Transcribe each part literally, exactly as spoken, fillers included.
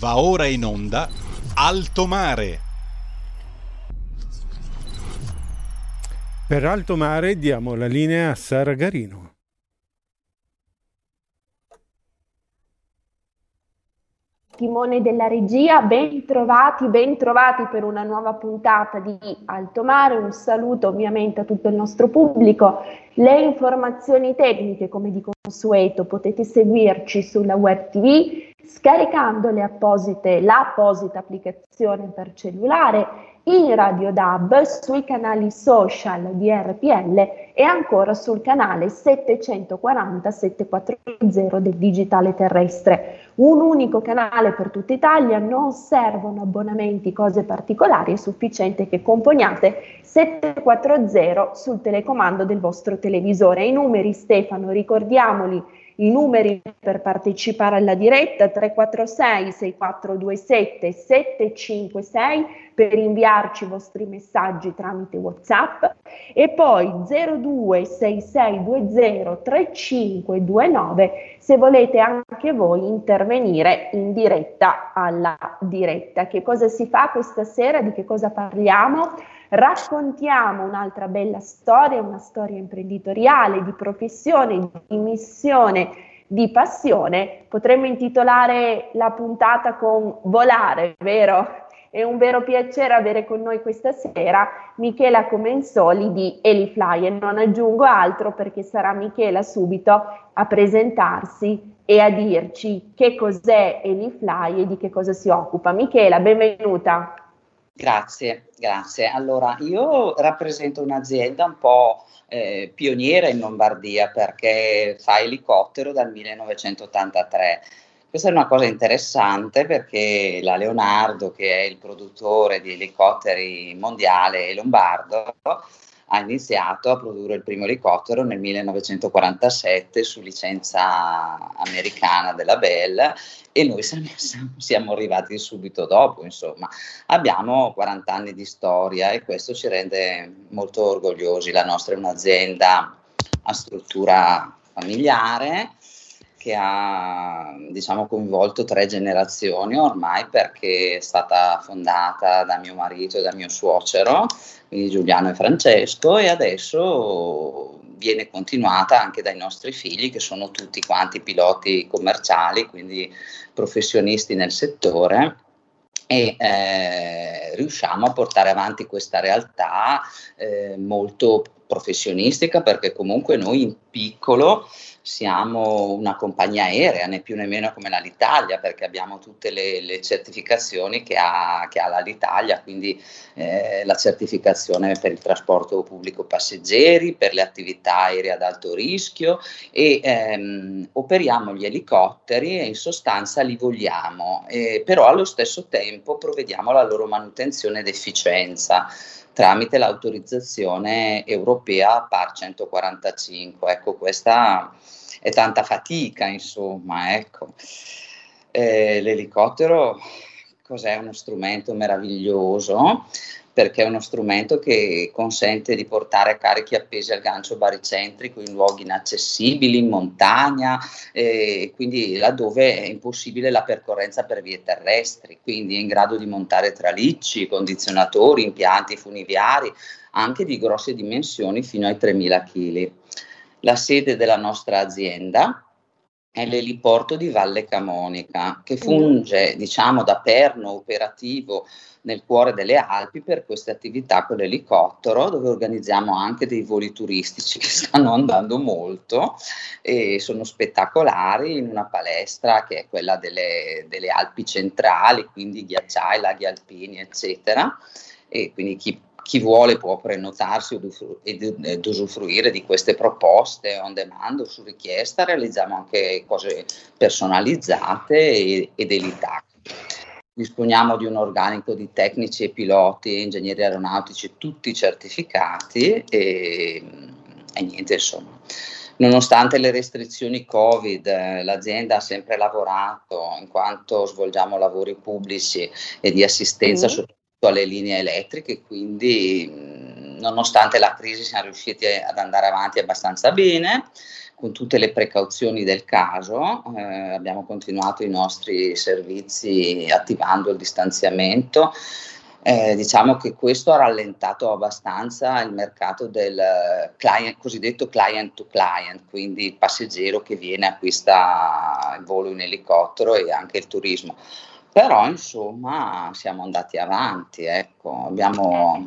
Va ora in onda Alto Mare. Per Alto Mare diamo la linea a Sara Garino. Timone della regia, ben trovati, ben trovati per una nuova puntata di Alto Mare. Un saluto ovviamente a tutto il nostro pubblico. Le informazioni tecniche, come di consueto, potete seguirci sulla web tivù scaricando le apposite, l'apposita applicazione per cellulare, in Radio D A B, sui canali social di R P L e ancora sul canale settecentoquaranta settecentoquaranta del digitale terrestre. Un unico canale per tutta Italia, non servono abbonamenti, cose particolari, è sufficiente che componiate settecentoquaranta sul telecomando del vostro televisore. I numeri, Stefano, ricordiamoli. I numeri per partecipare alla diretta: tre quattro sei sei quattro due sette sette cinque sei per inviarci i vostri messaggi tramite WhatsApp, e poi zero due sei sei due zero tre cinque due nove se volete anche voi intervenire in diretta alla diretta. Che cosa si fa questa sera? Di che cosa parliamo? Raccontiamo un'altra bella storia, una storia imprenditoriale, di professione, di missione, di passione. Potremmo intitolare la puntata con Volare, vero? È un vero piacere avere con noi questa sera Michela Comensoli di Elifly, e non aggiungo altro perché sarà Michela subito a presentarsi e a dirci che cos'è Elifly e di che cosa si occupa. Michela, benvenuta. Grazie, grazie. Allora, io rappresento un'azienda un po' eh, pioniera in Lombardia perché fa elicottero dal millenovecentottantatré. Questa è una cosa interessante perché la Leonardo, che è il produttore di elicotteri mondiale e lombardo, ha iniziato a produrre il primo elicottero nel millenovecentoquarantasette su licenza americana della Bell, e noi siamo, siamo arrivati subito dopo. Insomma, abbiamo quaranta anni di storia e questo ci rende molto orgogliosi. La nostra è un'azienda a struttura familiare che ha, diciamo, coinvolto tre generazioni ormai, perché è stata fondata da mio marito e da mio suocero, quindi Giuliano e Francesco, e adesso viene continuata anche dai nostri figli, che sono tutti quanti piloti commerciali, quindi professionisti nel settore, e eh, riusciamo a portare avanti questa realtà eh, molto professionistica, perché comunque noi in piccolo siamo una compagnia aerea, né più né meno come l'Alitalia, perché abbiamo tutte le, le certificazioni che ha, che ha l'Alitalia, quindi eh, la certificazione per il trasporto pubblico passeggeri, per le attività aeree ad alto rischio, e ehm, operiamo gli elicotteri e in sostanza li vogliamo, eh, però allo stesso tempo provvediamo alla loro manutenzione ed efficienza tramite l'autorizzazione europea P A R centoquarantacinque. Ecco, questa è tanta fatica, insomma, ecco. Eh, l'elicottero cos'è? Uno strumento meraviglioso, perché è uno strumento che consente di portare carichi appesi al gancio baricentrico in luoghi inaccessibili, in montagna, eh, quindi laddove è impossibile la percorrenza per vie terrestri, quindi è in grado di montare tralicci, condizionatori, impianti funiviari, anche di grosse dimensioni fino ai tremila chili. La sede della nostra azienda è l'eliporto di Valle Camonica, che funge, diciamo, da perno operativo nel cuore delle Alpi per queste attività con l'elicottero, dove organizziamo anche dei voli turistici che stanno andando molto e sono spettacolari, in una palestra che è quella delle, delle Alpi centrali, quindi ghiacciai, laghi alpini, eccetera. E quindi chi Chi vuole può prenotarsi ed usufruire di queste proposte on demand o su richiesta. Realizziamo anche cose personalizzate ed elitate. Disponiamo di un organico di tecnici e piloti e ingegneri aeronautici tutti certificati e, e niente, insomma. Nonostante le restrizioni Covid, eh, l'azienda ha sempre lavorato, in quanto svolgiamo lavori pubblici e di assistenza, mm. soprattutto alle linee elettriche, quindi mh, nonostante la crisi siamo riusciti ad andare avanti abbastanza bene. con tutte le precauzioni del caso, eh, abbiamo continuato i nostri servizi attivando il distanziamento. Eh, diciamo che questo ha rallentato abbastanza il mercato del client, cosiddetto client to client, quindi il passeggero che viene, acquista il volo in elicottero e anche il turismo. Però insomma siamo andati avanti, ecco, abbiamo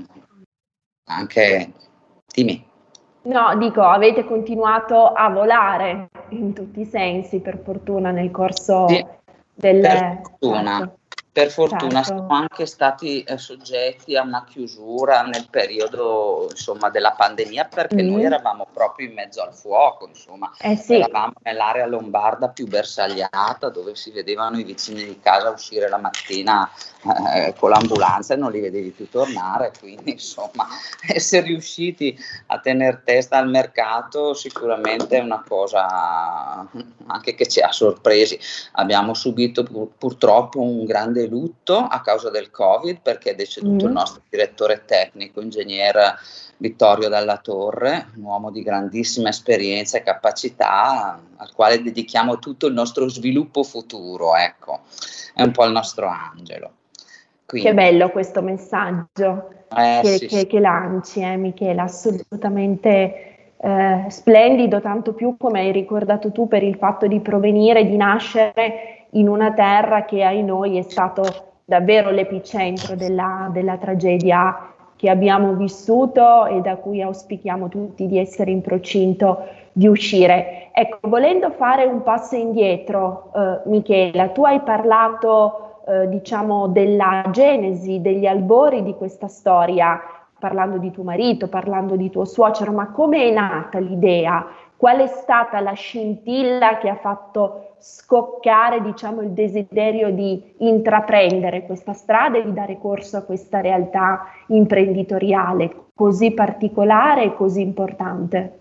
anche... Dimmi. No, dico, avete continuato a volare in tutti i sensi, per fortuna, nel corso Sì, del... per fortuna. Certo. Per fortuna Certo. siamo anche stati eh, soggetti a una chiusura nel periodo, insomma, della pandemia, perché Mm. noi eravamo proprio in mezzo al fuoco, insomma, Eh sì, eravamo nell'area lombarda più bersagliata, dove si vedevano i vicini di casa uscire la mattina eh, con l'ambulanza e non li vedevi più tornare, quindi insomma essere riusciti a tenere testa al mercato sicuramente è una cosa anche che ci ha sorpresi. Abbiamo subito pur, purtroppo un grande lutto a causa del Covid, perché è deceduto Mm. il nostro direttore tecnico, ingegner Vittorio Dalla Torre, un uomo di grandissima esperienza e capacità, al quale dedichiamo tutto il nostro sviluppo futuro, ecco, è un po' il nostro angelo. Quindi, che bello questo messaggio eh, che, sì, che- sì. che lanci, eh, Michela, assolutamente eh, splendido, tanto più come hai ricordato tu per il fatto di provenire, di nascere in una terra che ai noi è stato davvero l'epicentro della, della tragedia che abbiamo vissuto e da cui auspichiamo tutti di essere in procinto di uscire. Ecco, volendo fare un passo indietro, eh, Michela, tu hai parlato Eh, diciamo della genesi, degli albori di questa storia, parlando di tuo marito, parlando di tuo suocero, ma come è nata l'idea? Qual è stata la scintilla che ha fatto scoccare, diciamo, il desiderio di intraprendere questa strada e di dare corso a questa realtà imprenditoriale così particolare e così importante?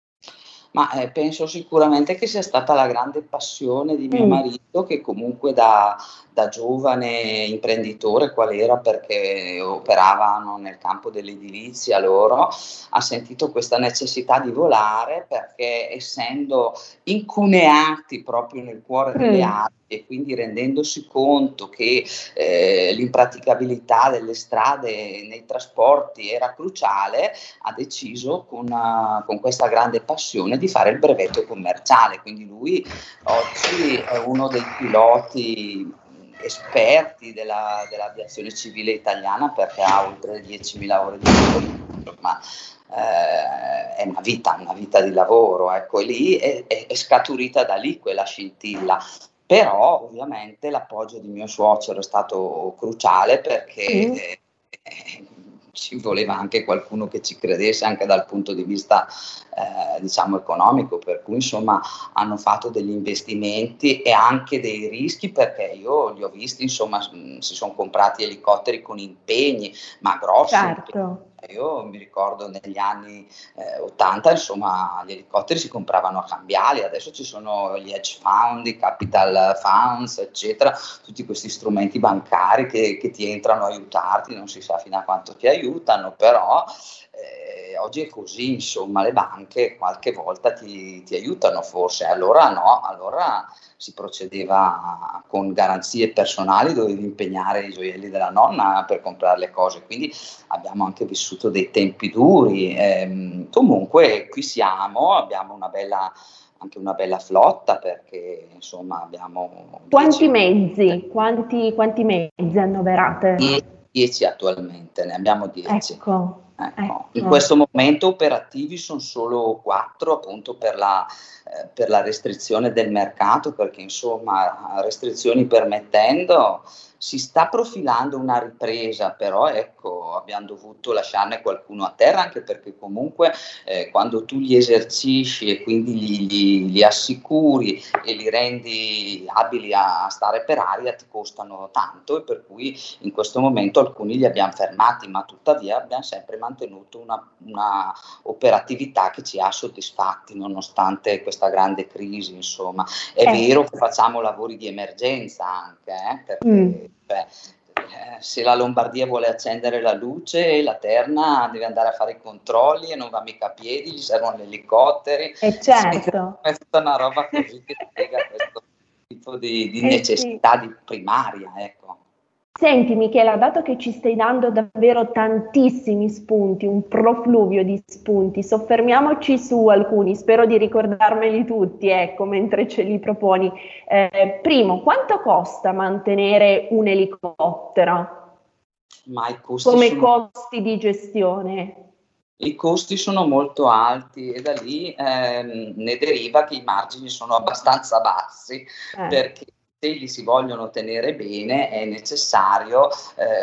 Ma eh, penso sicuramente che sia stata la grande passione di mio Mm. marito, che comunque da, da giovane imprenditore, qual era, perché operavano nel campo dell'edilizia loro, ha sentito questa necessità di volare, perché essendo incuneati proprio nel cuore delle Mm. Alpi e quindi rendendosi conto che eh, l'impraticabilità delle strade nei trasporti era cruciale, ha deciso con, uh, con questa grande passione di fare il brevetto commerciale. Quindi lui oggi è uno dei piloti esperti della, dell'aviazione civile italiana, perché ha oltre diecimila ore di lavoro, ma eh, è una vita, una vita di lavoro, ecco, e lì è, è, è scaturita da lì quella scintilla. Però ovviamente l'appoggio di mio suocero è stato cruciale, perché Mm. eh, eh, ci voleva anche qualcuno che ci credesse anche dal punto di vista eh, diciamo economico, per cui insomma hanno fatto degli investimenti e anche dei rischi, perché io li ho visti, insomma mh, si sono comprati elicotteri con impegni, ma grossi impegni. Certo. Io mi ricordo negli anni eh, ottanta, insomma, gli elicotteri si compravano a cambiali, adesso ci sono gli hedge fund, i capital funds, eccetera, tutti questi strumenti bancari che, che ti entrano a aiutarti, non si sa fino a quanto ti aiutano, però eh, oggi è così, insomma, le banche qualche volta ti, ti aiutano forse, allora no, allora si procedeva con garanzie personali, dovevi impegnare i gioielli della nonna per comprare le cose, quindi abbiamo anche vissuto dei tempi duri. Eh, comunque qui siamo, abbiamo una bella, anche una bella flotta, perché insomma abbiamo Quanti dieci, mezzi, quanti, quanti mezzi annoverate? dieci attualmente, ne abbiamo dieci. Ecco, Ecco. ecco. In questo momento operativi sono solo quattro, appunto per la, eh, per la restrizione del mercato, perché insomma restrizioni permettendo si sta profilando una ripresa, però ecco abbiamo dovuto lasciarne qualcuno a terra, anche perché comunque eh, quando tu li esercisci e quindi li, li, li assicuri e li rendi abili a, a stare per aria ti costano tanto, e per cui in questo momento alcuni li abbiamo fermati, ma tuttavia abbiamo sempre mantenuto una, una operatività che ci ha soddisfatti nonostante questa grande crisi, insomma. È Eh. vero che facciamo lavori di emergenza anche, eh, perché Mm. beh, eh, se la Lombardia vuole accendere la luce, la Terna deve andare a fare i controlli e non va mica a piedi, gli servono gli elicotteri. E certo. È tutta una roba così che spiega questo tipo di, di Eh necessità sì. di primaria, ecco. Senti Michela, dato che ci stai dando davvero tantissimi spunti, un profluvio di spunti, soffermiamoci su alcuni, spero di ricordarmeli tutti, ecco, mentre ce li proponi. Eh, primo, quanto costa mantenere un elicottero Ma i costi come sono costi di gestione? I costi sono molto alti e da lì ehm, ne deriva che i margini sono abbastanza bassi, Eh, perché se li si vogliono tenere bene è necessario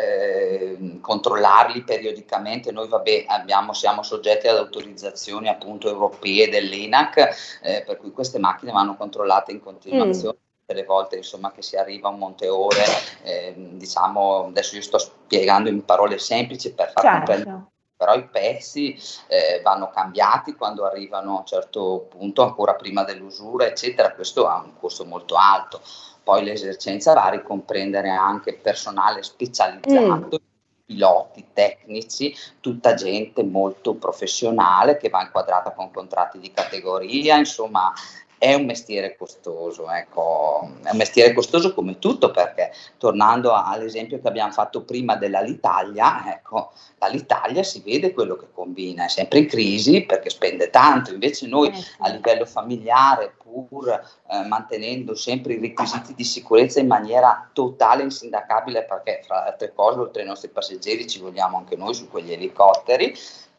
eh, controllarli periodicamente. Noi vabbè, abbiamo, siamo soggetti ad autorizzazioni appunto europee dell'E N A C, eh, per cui queste macchine vanno controllate in mm, continuazione. Delle volte insomma che si arriva a un monte ore, eh, diciamo, adesso io sto spiegando in parole semplici per far comprendere, certo. però i pezzi eh, vanno cambiati quando arrivano a un certo punto, ancora prima dell'usura, eccetera. Questo ha un costo molto alto. Poi l'esercenza va a ricomprendere anche personale Mm, specializzato, piloti tecnici, tutta gente molto professionale che va inquadrata con contratti di categoria, insomma. È un mestiere costoso, ecco, è un mestiere costoso come tutto, perché tornando all'esempio che abbiamo fatto prima dell'Alitalia, ecco, l'Alitalia si vede quello che combina, è sempre in crisi perché spende tanto, invece noi eh a sì. livello familiare, pur eh, mantenendo sempre i requisiti di sicurezza in maniera totale e insindacabile, perché fra le altre cose, oltre ai nostri passeggeri ci vogliamo anche noi su quegli elicotteri,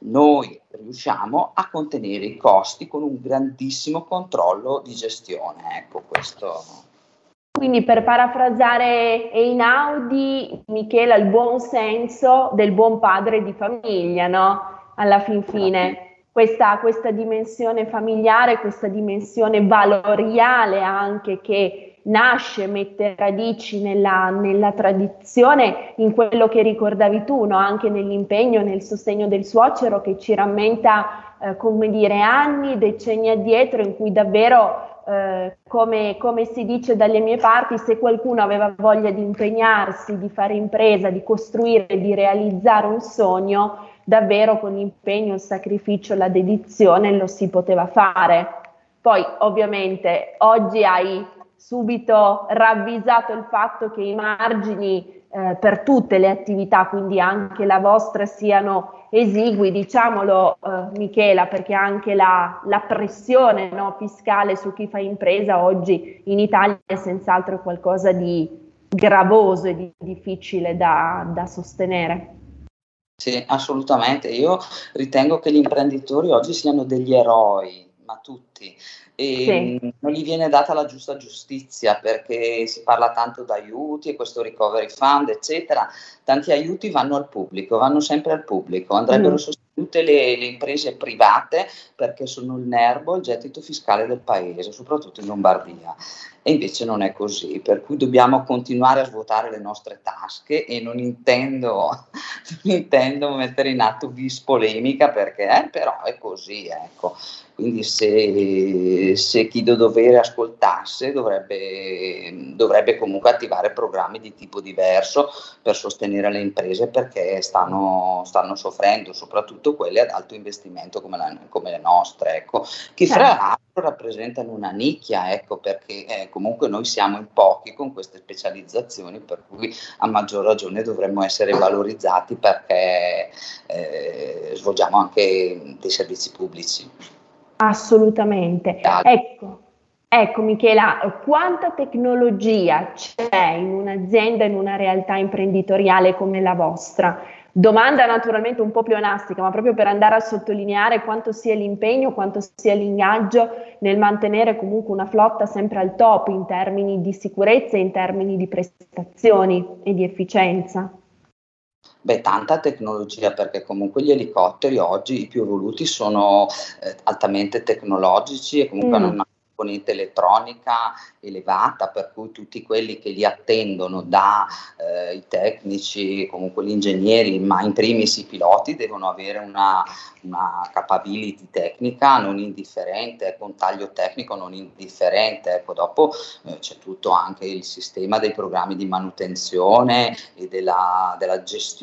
noi riusciamo a contenere i costi con un grandissimo controllo di gestione. Ecco, questo. Quindi per parafrasare Einaudi, Michela, il buon senso del buon padre di famiglia, no? Alla fin fine, questa, questa dimensione familiare, questa dimensione valoriale anche che nasce, mette radici nella, nella tradizione, in quello che ricordavi tu, no? Anche nell'impegno, nel sostegno del suocero che ci rammenta, eh, come dire, anni, decenni addietro in cui davvero eh, come, come si dice dalle mie parti, se qualcuno aveva voglia di impegnarsi, di fare impresa, di costruire, di realizzare un sogno, davvero con l'impegno, il sacrificio, la dedizione lo si poteva fare. Poi ovviamente oggi hai subito ravvisato il fatto che i margini eh, per tutte le attività, quindi anche la vostra, siano esigui, diciamolo eh, Michela, perché anche la, la pressione, no, fiscale su chi fa impresa oggi in Italia è senz'altro qualcosa di gravoso e di difficile da, da sostenere. Sì, assolutamente. Io ritengo che gli imprenditori oggi siano degli eroi, ma tutti. E Sì. mh, non gli viene data la giusta giustizia, perché si parla tanto d'aiuti e questo recovery fund, eccetera. Tanti aiuti vanno al pubblico, vanno sempre al pubblico. Andrebbero Mm. sostenute le, le imprese private perché sono il nervo, il gettito fiscale del paese, soprattutto in Lombardia. E invece non è così, per cui dobbiamo continuare a svuotare le nostre tasche e non intendo, non intendo mettere in atto vis polemica, perché eh, però è così, ecco. Quindi se, se chi do dovere ascoltasse dovrebbe, dovrebbe comunque attivare programmi di tipo diverso per sostenere le imprese, perché stanno, stanno soffrendo, soprattutto quelle ad alto investimento come, la, come le nostre, ecco, che fra Certo. l'altro rappresentano una nicchia, ecco, perché eh, comunque noi siamo in pochi con queste specializzazioni, per cui a maggior ragione dovremmo essere valorizzati, perché eh, svolgiamo anche dei servizi pubblici. Assolutamente. Ecco, ecco Michela, quanta tecnologia c'è in un'azienda, in una realtà imprenditoriale come la vostra? Domanda naturalmente un po' pleonastica, ma proprio per andare a sottolineare quanto sia l'impegno, quanto sia l'ingaggio nel mantenere comunque una flotta sempre al top in termini di sicurezza e in termini di prestazioni e di efficienza. Beh, tanta tecnologia, perché comunque gli elicotteri oggi i più evoluti sono eh, altamente tecnologici e comunque hanno Mm. una componente elettronica elevata, per cui tutti quelli che li attendono, da eh, i tecnici, comunque gli ingegneri, ma in primis i piloti, devono avere una, una capability tecnica non indifferente, ecco, un taglio tecnico non indifferente. Ecco, dopo eh, c'è tutto anche il sistema dei programmi di manutenzione e della, della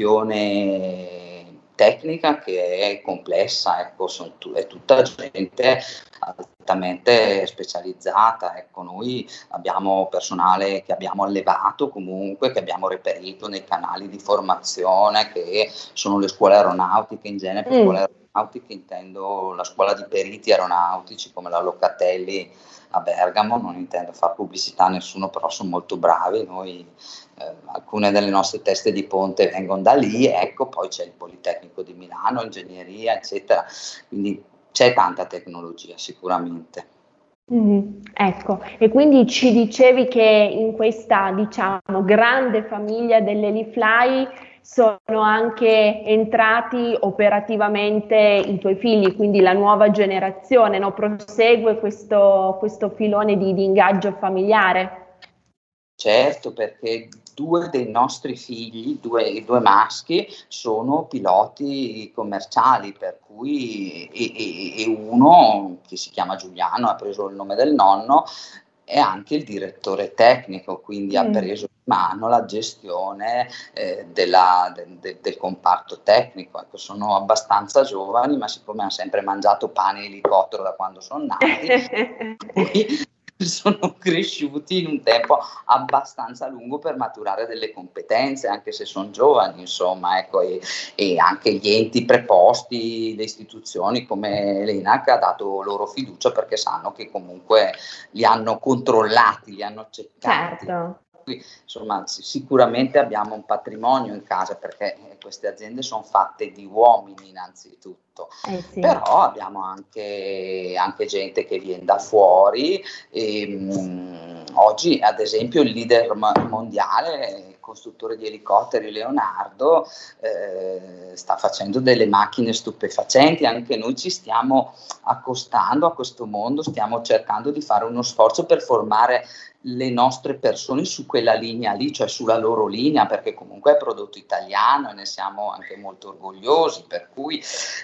gestione tecnica, che è complessa, ecco, sono tu, è tutta gente altamente specializzata. Ecco, noi abbiamo personale che abbiamo allevato, comunque, che abbiamo reperito nei canali di formazione, che sono le scuole aeronautiche in genere. Per mm. scuole aeronautiche intendo la scuola di periti aeronautici come la Locatelli a Bergamo, non intendo fare pubblicità a nessuno, però sono molto bravi. Noi eh, alcune delle nostre teste di ponte vengono da lì, ecco. Poi c'è il Politecnico di Milano, ingegneria, eccetera, quindi c'è tanta tecnologia sicuramente. Mm, ecco, e quindi ci dicevi che in questa, diciamo, grande famiglia dell'Elifly sono anche entrati operativamente i tuoi figli, quindi la nuova generazione, no? Prosegue questo, questo filone di, di ingaggio familiare? Certo, perché due dei nostri figli, due, i due maschi, sono piloti commerciali, per cui e, e, e uno, che si chiama Giuliano, ha preso il nome del nonno, è anche il direttore tecnico, quindi mm. ha preso in mano la gestione eh, della, de, de, del comparto tecnico. Ecco, sono abbastanza giovani, ma siccome hanno sempre mangiato pane e elicottero da quando sono nati, sono cresciuti in un tempo abbastanza lungo per maturare delle competenze, anche se sono giovani, insomma, ecco, e, e anche gli enti preposti, le istituzioni come l'ENAC ha dato loro fiducia, perché sanno che comunque li hanno controllati, li hanno accettati. Certo. Insomma, sicuramente abbiamo un patrimonio in casa, perché queste aziende sono fatte di uomini innanzitutto, eh sì. Però abbiamo anche, anche gente che viene da fuori e, mh, oggi ad esempio il leader mondiale, il costruttore di elicotteri Leonardo, eh, sta facendo delle macchine stupefacenti. Anche noi ci stiamo accostando a questo mondo, stiamo cercando di fare uno sforzo per formare le nostre persone su quella linea lì, cioè sulla loro linea, perché comunque è prodotto italiano e ne siamo anche molto orgogliosi, per cui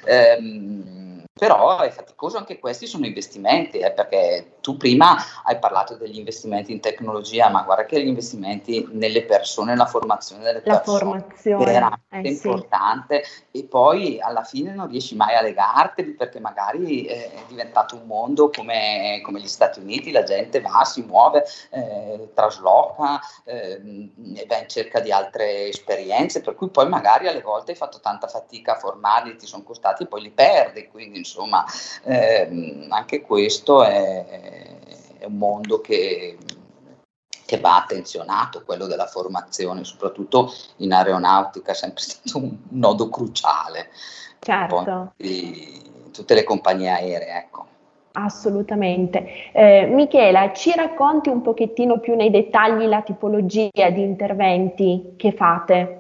ehm, però è faticoso. Anche questi sono investimenti, eh, perché tu prima hai parlato degli investimenti in tecnologia, ma guarda che gli investimenti nelle persone, la formazione delle la persone formazione, è veramente eh, importante, sì. E poi alla fine non riesci mai a legarteli, perché magari eh, è diventato un mondo come, come gli Stati Uniti, la gente va, si muove, eh, trasloca eh, e va in cerca di altre esperienze, per cui poi magari alle volte hai fatto tanta fatica a formarli, ti sono costati e poi li perdi. Quindi insomma eh, anche questo è, è un mondo che, che va attenzionato, quello della formazione, soprattutto in aeronautica è sempre stato un nodo cruciale. Certo. Di tutte le compagnie aeree, ecco. Assolutamente. Eh, Michela, ci racconti un pochettino più nei dettagli la tipologia di interventi che fate?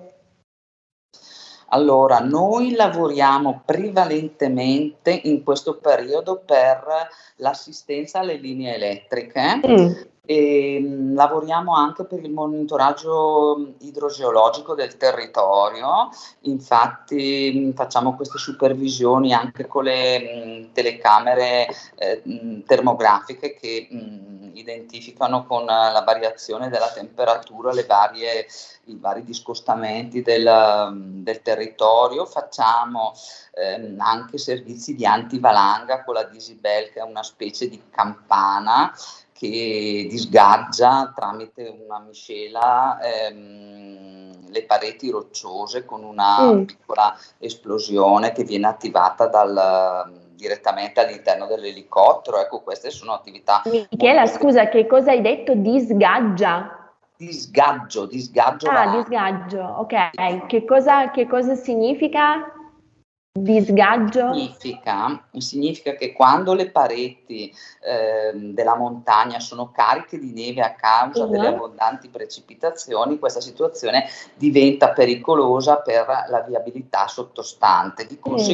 Allora, noi lavoriamo prevalentemente in questo periodo per l'assistenza alle linee elettriche. Mm. E mh, lavoriamo anche per il monitoraggio idrogeologico del territorio. Infatti mh, facciamo queste supervisioni anche con le mh, telecamere eh, mh, termografiche che mh, identificano con la variazione della temperatura le varie, i vari discostamenti del, del territorio. Facciamo ehm, anche servizi di antivalanga con la Disibel, che è una specie di campana che disgaggia tramite una miscela ehm, le pareti rocciose con una mm. piccola esplosione che viene attivata dal, direttamente all'interno dell'elicottero. Ecco, queste sono attività. Michela, scusa, che cosa hai detto? Disgaggia? Disgaggio, disgaggio. Ah, la... disgaggio, ok. Che cosa, che cosa significa? Disgaggio? Significa, significa che quando le pareti eh, della montagna sono cariche di neve a causa uh-huh. delle abbondanti precipitazioni, questa situazione diventa pericolosa per la viabilità sottostante. Di conseguenza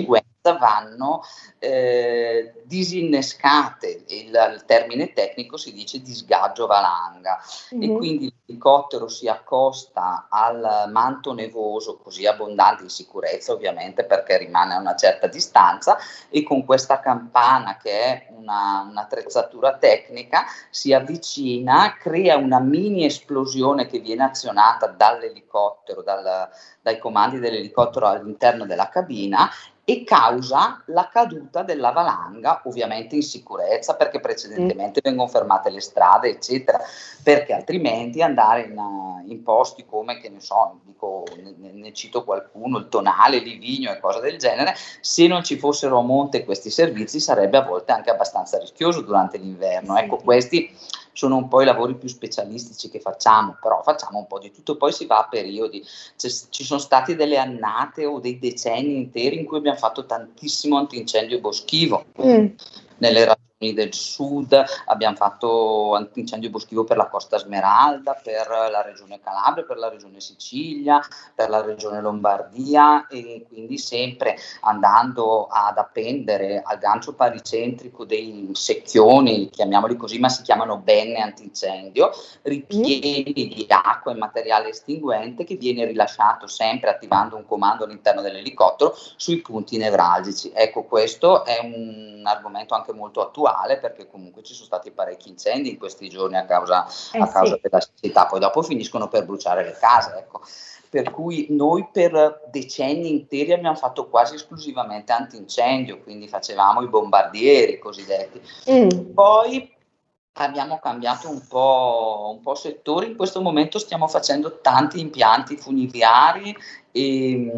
vanno eh, disinnescate, il, il termine tecnico si dice disgaggio valanga, mm-hmm. e quindi l'elicottero si accosta al manto nevoso, così abbondante in sicurezza ovviamente perché rimane a una certa distanza, e con questa campana, che è una, un'attrezzatura tecnica, si avvicina, crea una mini esplosione che viene azionata dall'elicottero, dal, dai comandi dell'elicottero all'interno della cabina, e causa la caduta della valanga, ovviamente in sicurezza, perché precedentemente mm. vengono fermate le strade, eccetera, perché altrimenti andare in, in posti come, che ne so, dico, ne, ne cito qualcuno, il Tonale, Livigno e cose del genere, se non ci fossero a monte questi servizi sarebbe a volte anche abbastanza rischioso durante l'inverno. Sì. Ecco, questi sono un po' i lavori più specialistici che facciamo, però facciamo un po' di tutto, poi si va a periodi. C'è, ci sono stati delle annate o dei decenni interi in cui abbiamo fatto tantissimo antincendio boschivo. Mm. Nelle regioni del sud abbiamo fatto antincendio boschivo per la Costa Smeralda, per la regione Calabria, per la regione Sicilia, per la regione Lombardia, e quindi sempre andando ad appendere al gancio paricentrico dei secchioni, chiamiamoli così, ma si chiamano benne antincendio, ripieni mm. di acqua e materiale estinguente, che viene rilasciato sempre attivando un comando all'interno dell'elicottero sui punti nevralgici. Ecco, questo è un argomento anche molto attuale, perché comunque ci sono stati parecchi incendi in questi giorni a causa, eh a causa sì. della siccità, poi dopo finiscono per bruciare le case, ecco. Per cui noi per decenni interi abbiamo fatto quasi esclusivamente antincendio, quindi facevamo i bombardieri cosiddetti. Mm. Poi abbiamo cambiato un po', un po' settore, in questo momento stiamo facendo tanti impianti funiviari e,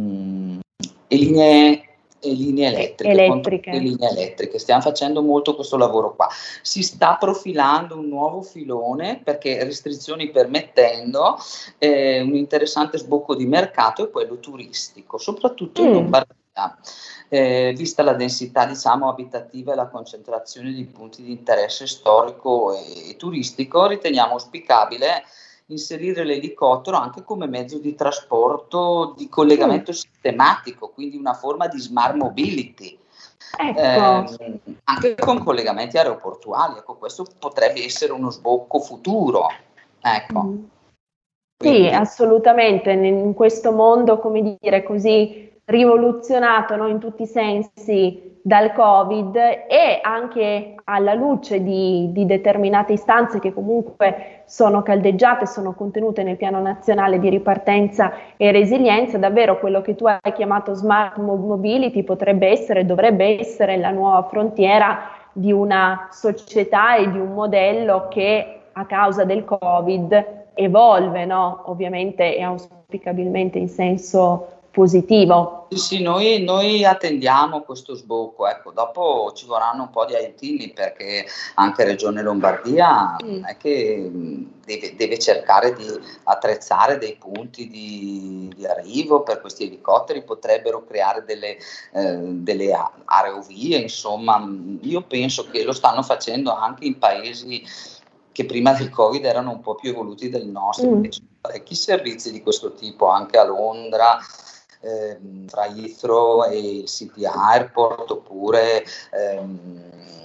e linee e linee elettriche, elettriche. Le linee elettriche. Stiamo facendo molto questo lavoro qua. Si sta profilando un nuovo filone, perché restrizioni permettendo, eh, un interessante sbocco di mercato è quello turistico, soprattutto mm. in Lombardia. Eh, vista la densità, diciamo, abitativa e la concentrazione di punti di interesse storico e, e turistico, riteniamo auspicabile inserire l'elicottero anche come mezzo di trasporto di collegamento mm. sistematico, quindi una forma di smart mobility, ecco. eh, anche con collegamenti aeroportuali. Ecco, questo potrebbe essere uno sbocco futuro. Ecco. Mm. Quindi, sì, assolutamente, in questo mondo, come dire, così rivoluzionato, no, in tutti i sensi dal Covid, e anche alla luce di, di determinate istanze che comunque sono caldeggiate, sono contenute nel Piano Nazionale di Ripartenza e Resilienza, davvero quello che tu hai chiamato smart mobility potrebbe essere, dovrebbe essere la nuova frontiera di una società e di un modello che a causa del Covid evolve, no? Ovviamente e auspicabilmente in senso positivo. Sì, sì, noi, noi attendiamo questo sbocco, ecco, dopo ci vorranno un po' di aiutini, perché anche Regione Lombardia mm. è che deve, deve cercare di attrezzare dei punti di, di arrivo per questi elicotteri, potrebbero creare delle, eh, delle aerovie, insomma, io penso che lo stanno facendo anche in paesi che prima del Covid erano un po' più evoluti del nostro, mm. ci sono parecchi servizi di questo tipo anche a Londra, ehm, tra Heathrow e il City Airport, oppure ehm,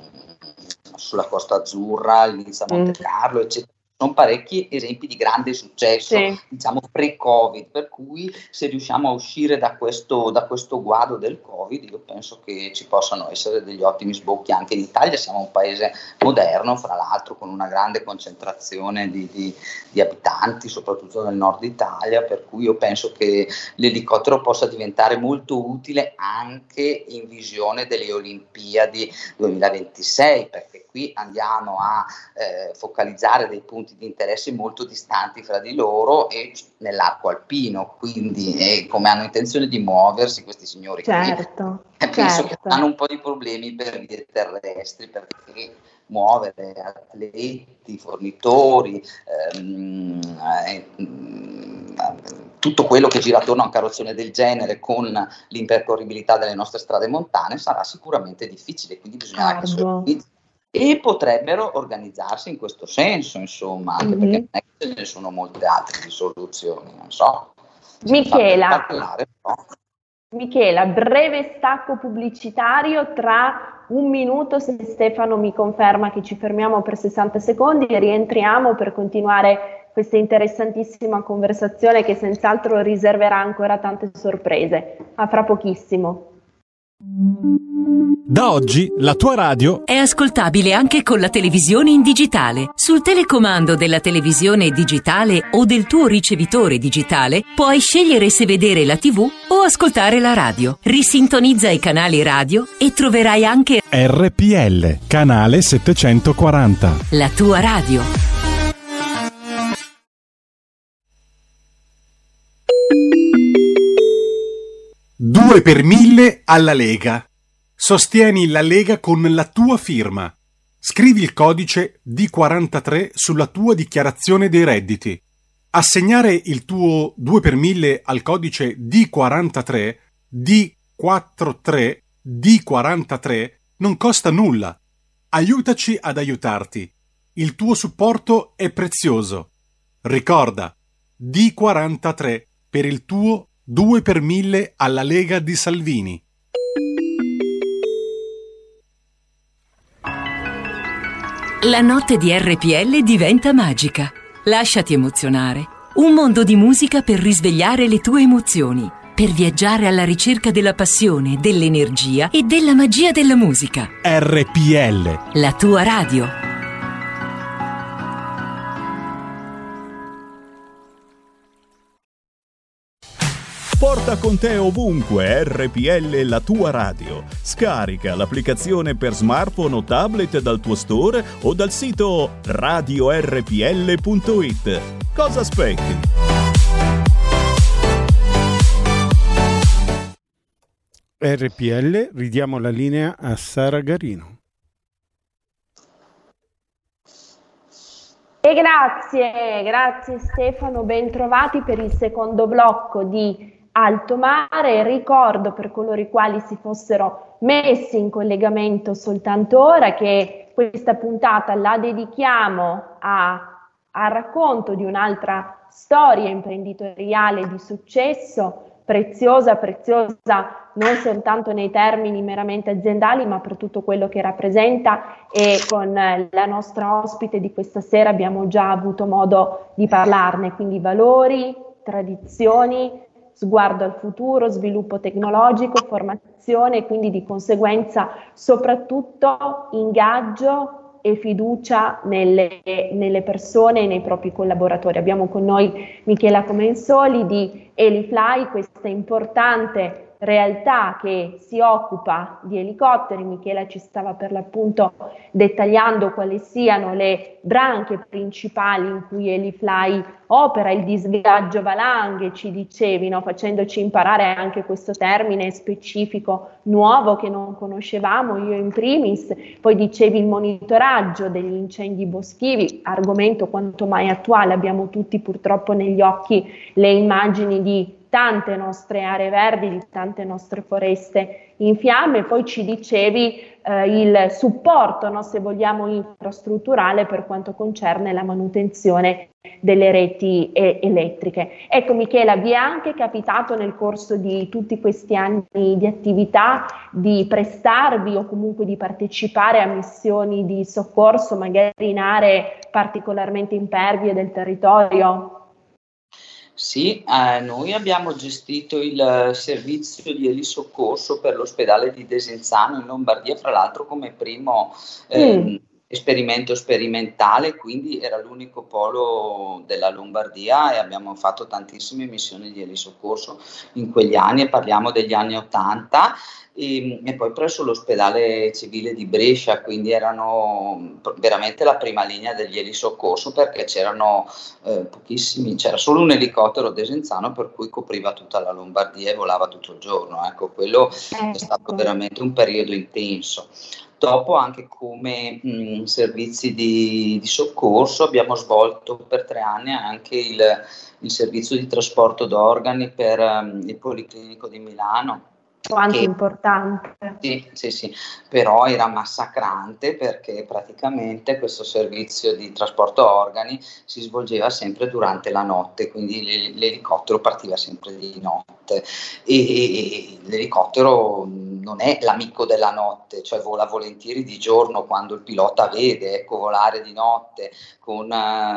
sulla Costa Azzurra, all'inizio a Monte Carlo, eccetera. Sono parecchi esempi di grande successo, sì. diciamo pre-Covid, per cui se riusciamo a uscire da questo, da questo guado del Covid, io penso che ci possano essere degli ottimi sbocchi anche in Italia. Siamo un paese moderno, fra l'altro, con una grande concentrazione di, di, di abitanti, soprattutto nel nord Italia, per cui io penso che l'elicottero possa diventare molto utile anche in visione delle Olimpiadi duemilaventisei, perché qui andiamo a eh, focalizzare dei punti di interesse molto distanti fra di loro e nell'arco alpino, quindi eh, come hanno intenzione di muoversi questi signori certo, qui, eh, penso certo. che hanno un po' di problemi per vie terrestri, perché muovere atleti, fornitori, ehm, eh, tutto quello che gira attorno a un carrozzone del genere con l'impercorribilità delle nostre strade montane sarà sicuramente difficile, quindi bisognerà che si organizzi. E potrebbero organizzarsi in questo senso, insomma, anche mm-hmm. perché non è che ce ne sono molte altre soluzioni, non so. Michela, Parlare, no? Michela, breve stacco pubblicitario, tra un minuto, se Stefano mi conferma che ci fermiamo per sessanta secondi e rientriamo per continuare questa interessantissima conversazione che senz'altro riserverà ancora tante sorprese. A fra pochissimo. Da oggi la tua radio è ascoltabile anche con la televisione in digitale. Sul telecomando della televisione digitale o del tuo ricevitore digitale puoi scegliere se vedere la tivù o ascoltare la radio. Risintonizza i canali radio e troverai anche R P L, canale settecentoquaranta. La tua radio. due per mille alla Lega. Sostieni la Lega con la tua firma. Scrivi il codice D quarantatré sulla tua dichiarazione dei redditi. Assegnare il tuo due per mille al codice D quarantatré, D quarantatré, D quarantatré non costa nulla. Aiutaci ad aiutarti. Il tuo supporto è prezioso. Ricorda, D quarantatré per il tuo due per mille alla Lega di Salvini. La notte di R P L diventa magica. Lasciati emozionare. Un mondo di musica per risvegliare le tue emozioni, per viaggiare alla ricerca della passione, dell'energia e della magia della musica. R P L, la tua radio. Porta con te ovunque R P L, la tua radio. Scarica l'applicazione per smartphone o tablet dal tuo store o dal sito radio r p l punto i t. Cosa aspetti? R P L, ridiamo la linea a Sara Garino. E grazie, grazie Stefano, ben trovati per il secondo blocco di Alto Mare. Ricordo per coloro i quali si fossero messi in collegamento soltanto ora che questa puntata la dedichiamo a, al racconto di un'altra storia imprenditoriale di successo, preziosa, preziosa non soltanto nei termini meramente aziendali, ma per tutto quello che rappresenta, e con la nostra ospite di questa sera abbiamo già avuto modo di parlarne, quindi valori, tradizioni, sguardo al futuro, sviluppo tecnologico, formazione e quindi di conseguenza soprattutto ingaggio e fiducia nelle, nelle persone e nei propri collaboratori. Abbiamo con noi Michela Comensoli di Elifly, questa importante realtà che si occupa di elicotteri. Michela ci stava per l'appunto dettagliando quali siano le branche principali in cui Elifly opera, il disgaggio valanghe, ci dicevi, no? Facendoci imparare anche questo termine specifico nuovo che non conoscevamo, io in primis. Poi dicevi il monitoraggio degli incendi boschivi, argomento quanto mai attuale. Abbiamo tutti purtroppo negli occhi le immagini di tante nostre aree verdi, di tante nostre foreste in fiamme. Poi ci dicevi eh, il supporto, no, se vogliamo, infrastrutturale per quanto concerne la manutenzione delle reti e- elettriche. Ecco Michela, vi è anche capitato nel corso di tutti questi anni di attività di prestarvi o comunque di partecipare a missioni di soccorso, magari in aree particolarmente impervie del territorio? Sì, eh, noi abbiamo gestito il servizio di elisoccorso per l'ospedale di Desenzano in Lombardia, fra l'altro come primo eh, mm. esperimento sperimentale, quindi era l'unico polo della Lombardia e abbiamo fatto tantissime missioni di elisoccorso in quegli anni, e parliamo degli anni ottanta. E, e poi presso l'ospedale civile di Brescia, quindi erano veramente la prima linea degli elisoccorso, perché c'erano eh, pochissimi, c'era solo un elicottero Desenzano per cui copriva tutta la Lombardia e volava tutto il giorno. Ecco, quello ecco. È stato veramente un periodo intenso. Dopo anche come mh, servizi di, di soccorso abbiamo svolto per tre anni anche il, il servizio di trasporto d'organi per um, il Policlinico di Milano. quanto che, importante. Sì, sì, sì, però era massacrante perché praticamente questo servizio di trasporto organi si svolgeva sempre durante la notte, quindi l'el- l'elicottero partiva sempre di notte e, e l'elicottero non è l'amico della notte, cioè vola volentieri di giorno quando il pilota vede, ecco, volare di notte con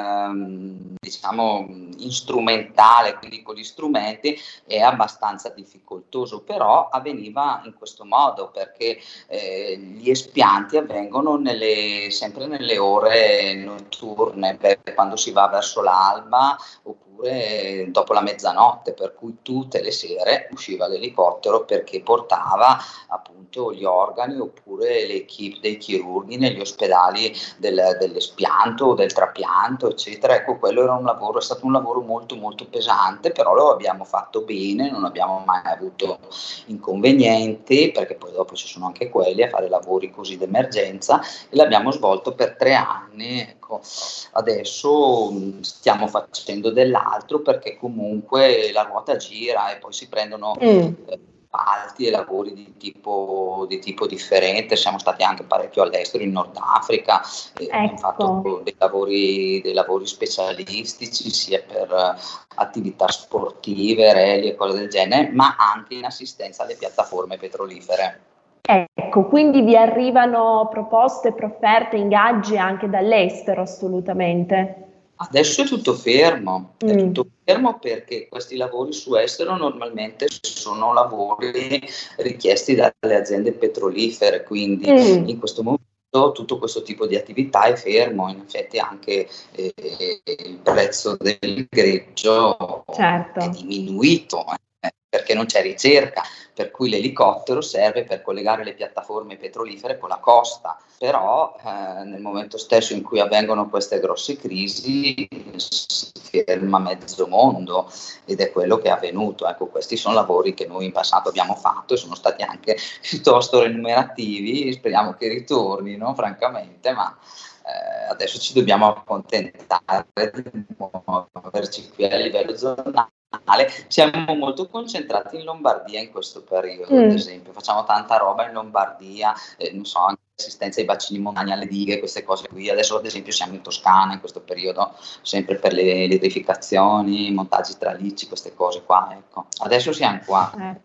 ehm, diciamo strumentale, quindi con gli strumenti è abbastanza difficoltoso, però avveniva in questo modo perché eh, gli espianti avvengono nelle, sempre nelle ore notturne, per quando si va verso l'alba oppure dopo la mezzanotte, per cui tutte le sere usciva l'elicottero perché portava appunto gli organi oppure l'equipe dei chirurghi negli ospedali del, dell'espianto o del trapianto, eccetera. Ecco, quello era un lavoro, è stato un lavoro molto molto pesante, però lo abbiamo fatto bene, non abbiamo mai avuto inconvenienti, perché poi dopo ci sono anche quelli a fare lavori così d'emergenza, e l'abbiamo svolto per tre anni. Ecco, adesso mh, stiamo facendo dell'altro perché comunque la ruota gira e poi si prendono Mm. eh, appalti e lavori di tipo, di tipo differente. Siamo stati anche parecchio all'estero, in Nord Africa, e abbiamo fatto Ecco. dei lavori, dei lavori specialistici sia per eh, attività sportive, rally e cose del genere, ma anche in assistenza alle piattaforme petrolifere. Ecco, quindi vi arrivano proposte, offerte, ingaggi anche dall'estero, assolutamente. Adesso è tutto fermo, è Mm. tutto fermo perché questi lavori su estero normalmente sono lavori richiesti dalle aziende petrolifere, quindi Mm. in questo momento tutto questo tipo di attività è fermo. In effetti anche eh, il prezzo del greggio Certo. è diminuito eh, perché non c'è ricerca, per cui l'elicottero serve per collegare le piattaforme petrolifere con la costa, però eh, nel momento stesso in cui avvengono queste grosse crisi si ferma mezzo mondo, ed è quello che è avvenuto. Ecco, questi sono lavori che noi in passato abbiamo fatto e sono stati anche piuttosto remunerativi, speriamo che ritornino francamente, ma eh, adesso ci dobbiamo accontentare di muoverci qui a livello zonale. Siamo molto concentrati in Lombardia in questo periodo, Mm. ad esempio, facciamo tanta roba in Lombardia, eh, non so, anche assistenza ai bacini montani, alle dighe, queste cose qui. Adesso ad esempio siamo in Toscana in questo periodo, sempre per le elettrificazioni, montaggi tralicci, queste cose qua, ecco. Adesso siamo qua. Eh,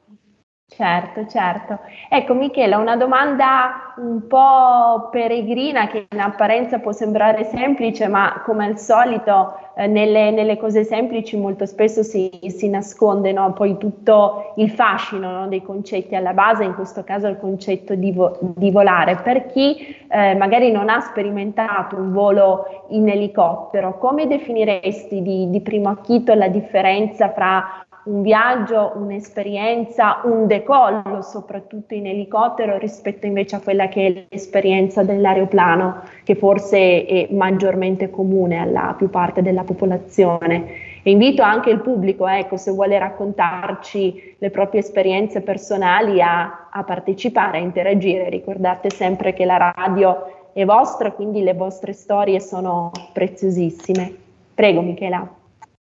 Certo, certo. Ecco, Michela, una domanda un po' peregrina che in apparenza può sembrare semplice, ma come al solito eh, nelle, nelle cose semplici molto spesso si, si nasconde, no, poi tutto il fascino, no, dei concetti alla base, in questo caso il concetto di, vo- di volare. Per chi eh, magari non ha sperimentato un volo in elicottero, come definiresti di, di primo acchito la differenza fra un viaggio, un'esperienza, un decollo, soprattutto in elicottero, rispetto invece a quella che è l'esperienza dell'aeroplano, che forse è maggiormente comune alla più parte della popolazione. E invito anche il pubblico, ecco, se vuole raccontarci le proprie esperienze personali, a, a partecipare, a interagire. Ricordate sempre che la radio è vostra, quindi le vostre storie sono preziosissime. Prego, Michela.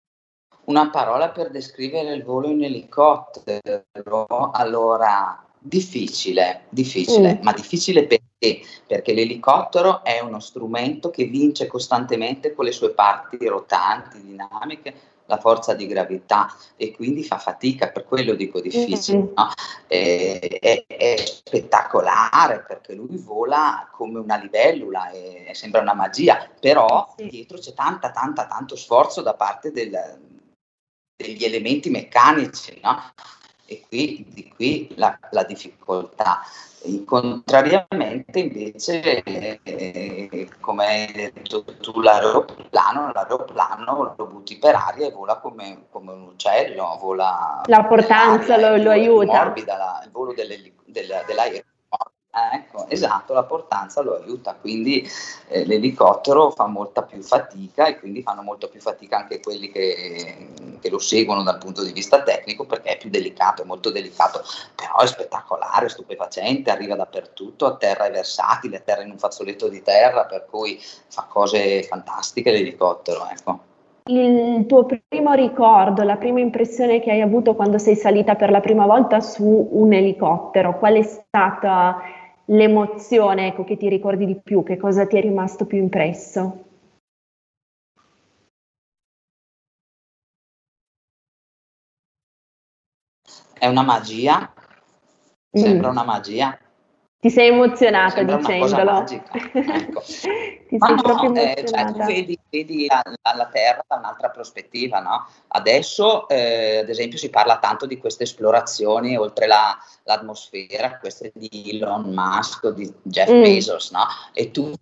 Una parola per descrivere il volo in elicottero, allora difficile, difficile, Mm. ma difficile perché? Perché l'elicottero è uno strumento che vince costantemente con le sue parti rotanti, dinamiche, la forza di gravità, e quindi fa fatica, per quello dico difficile, Mm. no? è, è, è spettacolare perché lui vola come una libellula e sembra una magia, però Sì. dietro c'è tanta, tanta, tanto sforzo da parte del degli elementi meccanici, no? E qui, di qui la, la difficoltà. E contrariamente invece, eh, come hai detto tu, l'aeroplano, l'aeroplano lo butti per aria e vola come, come un uccello, vola La portanza lo, nell'aria, è lo più, è più aiuta. morbida la, il volo delle, del, dell'aereo. Eh, ecco, esatto, la portanza lo aiuta, quindi eh, l'elicottero fa molta più fatica, e quindi fanno molta più fatica anche quelli che, che lo seguono dal punto di vista tecnico, perché è più delicato, è molto delicato, però è spettacolare, stupefacente, arriva dappertutto, a terra è versatile, a terra in un fazzoletto di terra, per cui fa cose fantastiche l'elicottero, ecco. il tuo primo ricordo, la prima impressione che hai avuto quando sei salita per la prima volta su un elicottero, qual è stata l'emozione, ecco, che ti ricordi di più? Che cosa ti è rimasto più impresso? È una magia, sembra mm. una magia. Ti sei emozionata sembra dicendolo. Una cosa magica, ecco. Ti Ma sei no, proprio eh, cioè, tu vedi, vedi la, la Terra da un'altra prospettiva, no? Adesso, eh, ad esempio, si parla tanto di queste esplorazioni oltre la, l'atmosfera, queste di Elon Musk o di Jeff mm. Bezos, no? E tu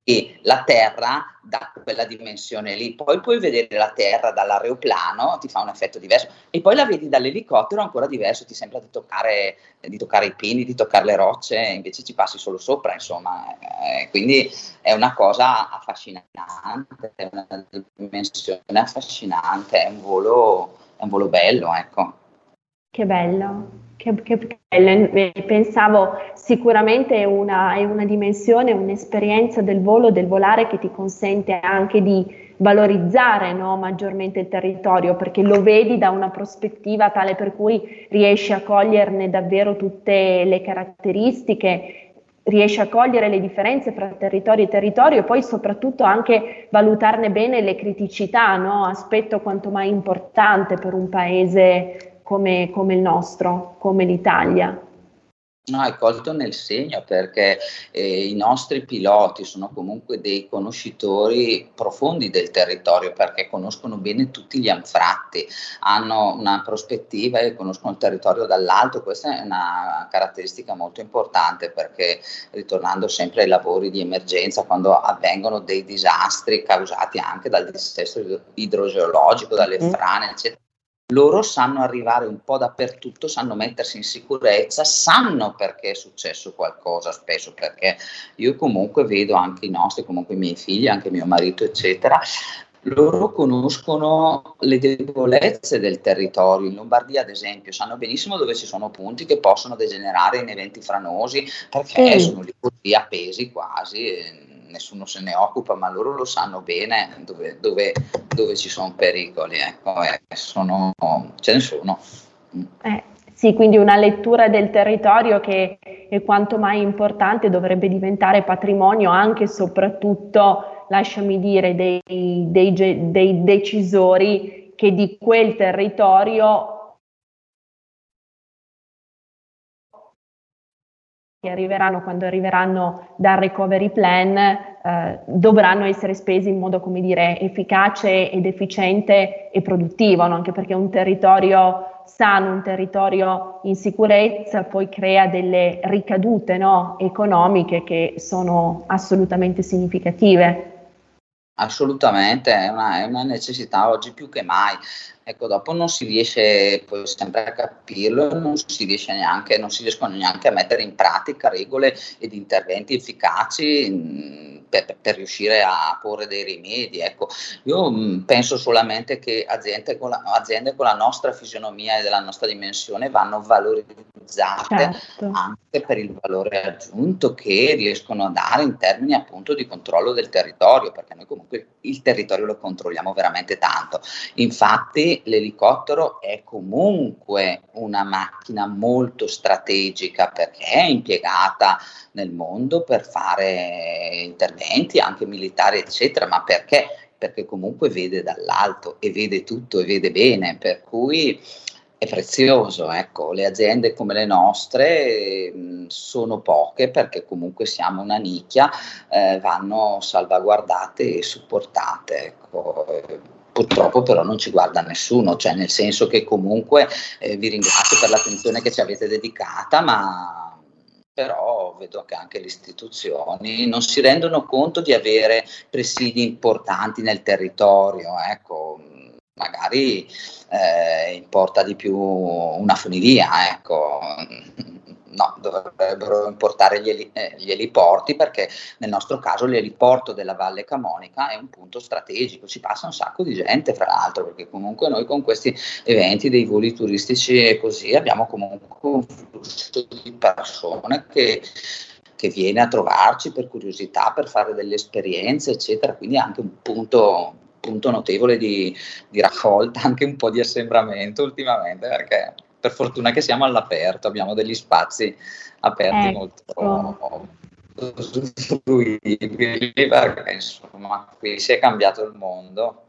e la Terra da quella dimensione lì, poi puoi vedere la Terra dall'aeroplano, ti fa un effetto diverso, e poi la vedi dall'elicottero ancora diverso, ti sembra di toccare, di toccare i pini, di toccare le rocce, invece ci passi solo sopra, insomma, eh, quindi è una cosa affascinante, è una dimensione affascinante, è un volo, è un volo bello, ecco. Che bello. Che, che bello, pensavo sicuramente è una, è una dimensione, un'esperienza del volo, del volare che ti consente anche di valorizzare, no, maggiormente il territorio, perché lo vedi da una prospettiva tale per cui riesci a coglierne davvero tutte le caratteristiche, riesci a cogliere le differenze fra territorio e territorio e poi soprattutto anche valutarne bene le criticità, no? Aspetto quanto mai importante per un paese Come, come il nostro, come l'Italia. No, hai colto nel segno, perché eh, i nostri piloti sono comunque dei conoscitori profondi del territorio, perché conoscono bene tutti gli anfratti, hanno una prospettiva e conoscono il territorio dall'alto. Questa è una caratteristica molto importante, perché ritornando sempre ai lavori di emergenza, quando avvengono dei disastri causati anche dal dissesto idrogeologico, dalle frane, eccetera, loro sanno arrivare un po' dappertutto, sanno mettersi in sicurezza, sanno perché è successo qualcosa spesso, perché io comunque vedo anche i nostri, comunque i miei figli, anche mio marito, eccetera, loro conoscono le debolezze del territorio. In Lombardia, ad esempio, sanno benissimo dove ci sono punti che possono degenerare in eventi franosi, perché mm. sono lì così appesi quasi, e nessuno se ne occupa, ma loro lo sanno bene dove, dove, dove ci sono pericoli, ecco, eh, sono, ce ne sono. Eh, sì, quindi una lettura del territorio che è quanto mai importante, dovrebbe diventare patrimonio anche e soprattutto, lasciami dire, dei, dei, dei decisori che di quel territorio che arriveranno, quando arriveranno dal recovery plan, eh, dovranno essere spesi in modo, come dire, efficace ed efficiente e produttivo, no? Anche perché un territorio sano, un territorio in sicurezza poi crea delle ricadute, no, economiche che sono assolutamente significative. Assolutamente, è una, è una necessità oggi più che mai. Ecco, dopo non si riesce poi sempre a capirlo, non si riesce neanche, non si riescono neanche a mettere in pratica regole ed interventi efficaci mh, per, per riuscire a porre dei rimedi. Ecco, io mh, penso solamente che aziende con, la, aziende con la nostra fisionomia e della nostra dimensione vanno valorizzate, certo, anche per il valore aggiunto che riescono a dare in termini appunto di controllo del territorio, perché noi comunque il territorio lo controlliamo veramente tanto. Infatti l'elicottero è comunque una macchina molto strategica, perché è impiegata nel mondo per fare interventi anche militari, eccetera, ma perché? Perché comunque vede dall'alto e vede tutto e vede bene, per cui è prezioso. Ecco, le aziende come le nostre mh, sono poche, perché comunque siamo una nicchia, eh, vanno salvaguardate e supportate, ecco. Purtroppo però non ci guarda nessuno, cioè nel senso che comunque eh, vi ringrazio per l'attenzione che ci avete dedicata, ma però vedo che anche le istituzioni non si rendono conto di avere presidi importanti nel territorio, ecco. Magari eh, importa di più una funivia, ecco. No, dovrebbero importare gli, eli, eh, gli eliporti, perché nel nostro caso l'eliporto della Valle Camonica è un punto strategico, ci passa un sacco di gente, fra l'altro, perché comunque noi con questi eventi dei voli turistici e così abbiamo comunque un flusso di persone che che viene a trovarci per curiosità, per fare delle esperienze, eccetera, quindi è anche un punto punto notevole di, di raccolta, anche un po' di assembramento ultimamente, perché per fortuna che siamo all'aperto, abbiamo degli spazi aperti ecco. molto usufruibili, perché insomma qui si è cambiato il mondo.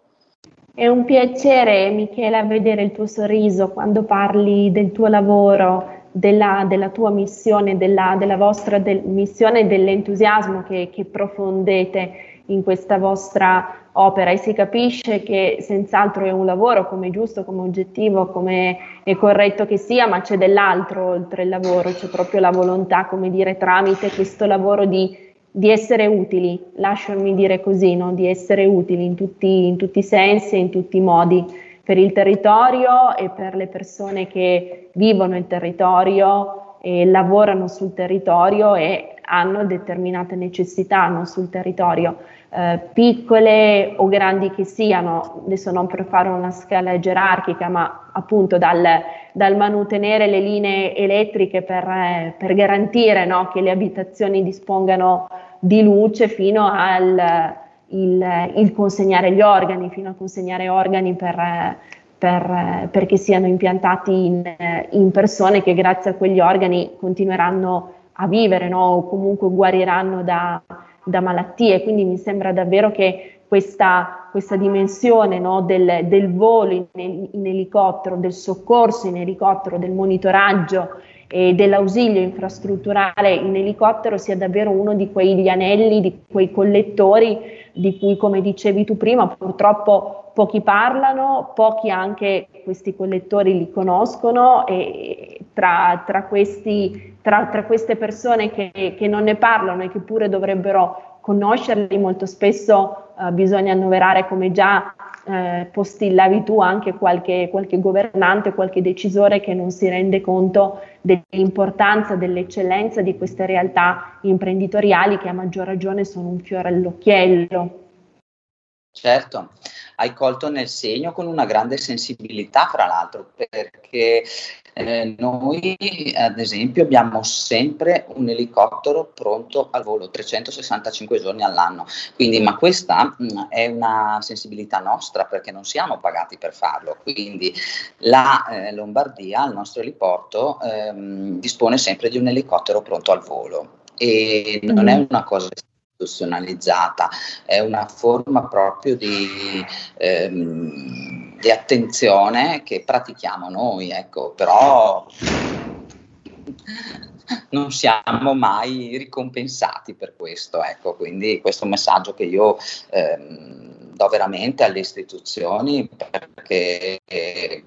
È un piacere, Michela, vedere il tuo sorriso quando parli del tuo lavoro, della, della tua missione, della, della vostra del, missione e dell'entusiasmo che, che profondete in questa vostra opera, e si capisce che senz'altro è un lavoro, come è giusto, come oggettivo, come è corretto che sia, ma c'è dell'altro oltre il lavoro, c'è proprio la volontà, come dire, tramite questo lavoro di di essere utili, lasciami dire così, no? Di essere utili in tutti, in tutti i sensi e in tutti i modi per il territorio e per le persone che vivono il territorio e lavorano sul territorio e hanno determinate necessità, no? Sul territorio, eh, piccole o grandi che siano, adesso non per fare una scala gerarchica, ma appunto dal, dal manutenere le linee elettriche per, eh, per garantire, no? Che le abitazioni dispongano di luce, fino al il, il consegnare gli organi, fino a consegnare organi per, per, perché siano impiantati in, in persone che grazie a quegli organi continueranno a vivere, no? O comunque guariranno da, da malattie. Quindi mi sembra davvero che questa, questa dimensione, no? del, del volo in, in elicottero, del soccorso in elicottero, del monitoraggio e dell'ausilio infrastrutturale in elicottero sia davvero uno di quegli anelli, di quei collettori di cui, come dicevi tu prima, purtroppo pochi parlano, pochi anche questi collettori li conoscono, e tra, tra, questi, tra, tra queste persone che, che non ne parlano e che pure dovrebbero conoscerli, molto spesso eh, bisogna annoverare, come già eh, postillavi tu, anche qualche, qualche governante, qualche decisore che non si rende conto dell'importanza, dell'eccellenza di queste realtà imprenditoriali, che a maggior ragione sono un fiore all'occhiello. Certo, hai colto nel segno con una grande sensibilità, fra l'altro, perché eh, noi ad esempio abbiamo sempre un elicottero pronto al volo trecentosessantacinque giorni all'anno, quindi ma questa mh, è una sensibilità nostra, perché non siamo pagati per farlo, quindi la eh, Lombardia, il nostro eliporto, ehm, dispone sempre di un elicottero pronto al volo, e non mm-hmm. è una cosa istituzionalizzata, è una forma proprio di, ehm, di attenzione che pratichiamo noi, ecco, però non siamo mai ricompensati per questo, ecco, quindi questo è un messaggio che io ehm, do veramente alle istituzioni, perché eh,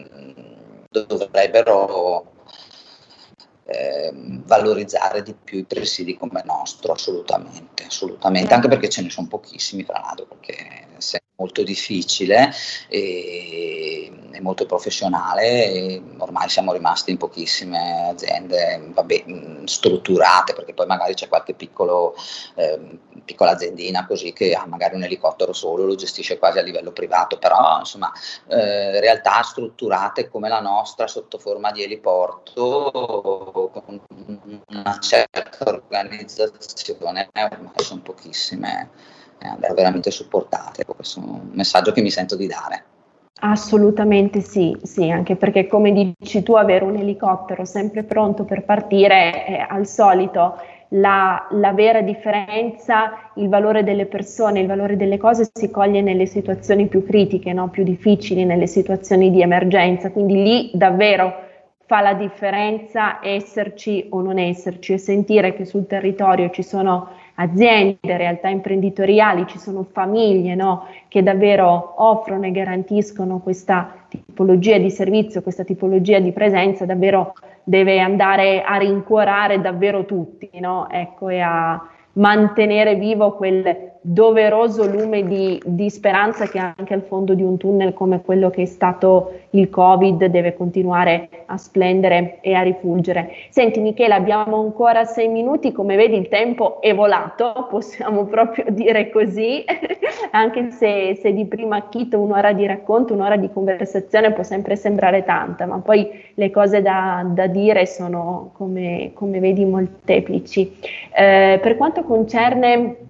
dovrebbero Eh, valorizzare di più i presidi come il nostro, assolutamente, assolutamente, anche perché ce ne sono pochissimi, tra l'altro, perché è molto difficile e è molto professionale, e ormai siamo rimasti in pochissime aziende, vabbè, strutturate, perché poi magari c'è qualche piccolo eh, piccola aziendina così che ha magari un elicottero solo, lo gestisce quasi a livello privato, però insomma eh, realtà strutturate come la nostra sotto forma di eliporto con una certa organizzazione ormai sono pochissime, eh, andare veramente supportate. Questo è un messaggio che mi sento di dare. Assolutamente sì, sì, anche perché, come dici tu, avere un elicottero sempre pronto per partire è al solito la, la vera differenza. Il valore delle persone, il valore delle cose si coglie nelle situazioni più critiche, no? Più difficili, nelle situazioni di emergenza, quindi lì davvero fa la differenza esserci o non esserci, e sentire che sul territorio ci sono aziende, realtà imprenditoriali, ci sono famiglie, no, che davvero offrono e garantiscono questa tipologia di servizio, questa tipologia di presenza, davvero deve andare a rincuorare davvero tutti, no? Ecco, e a mantenere vivo quel doveroso lume di, di speranza che anche al fondo di un tunnel come quello che è stato il Covid deve continuare a splendere e a rifulgere. Senti Michela, abbiamo ancora sei minuti, come vedi il tempo è volato, possiamo proprio dire così, anche se, se di primo acchito un'ora di racconto, un'ora di conversazione può sempre sembrare tanta, ma poi le cose da, da dire sono, come, come vedi, molteplici. Eh, per quanto concerne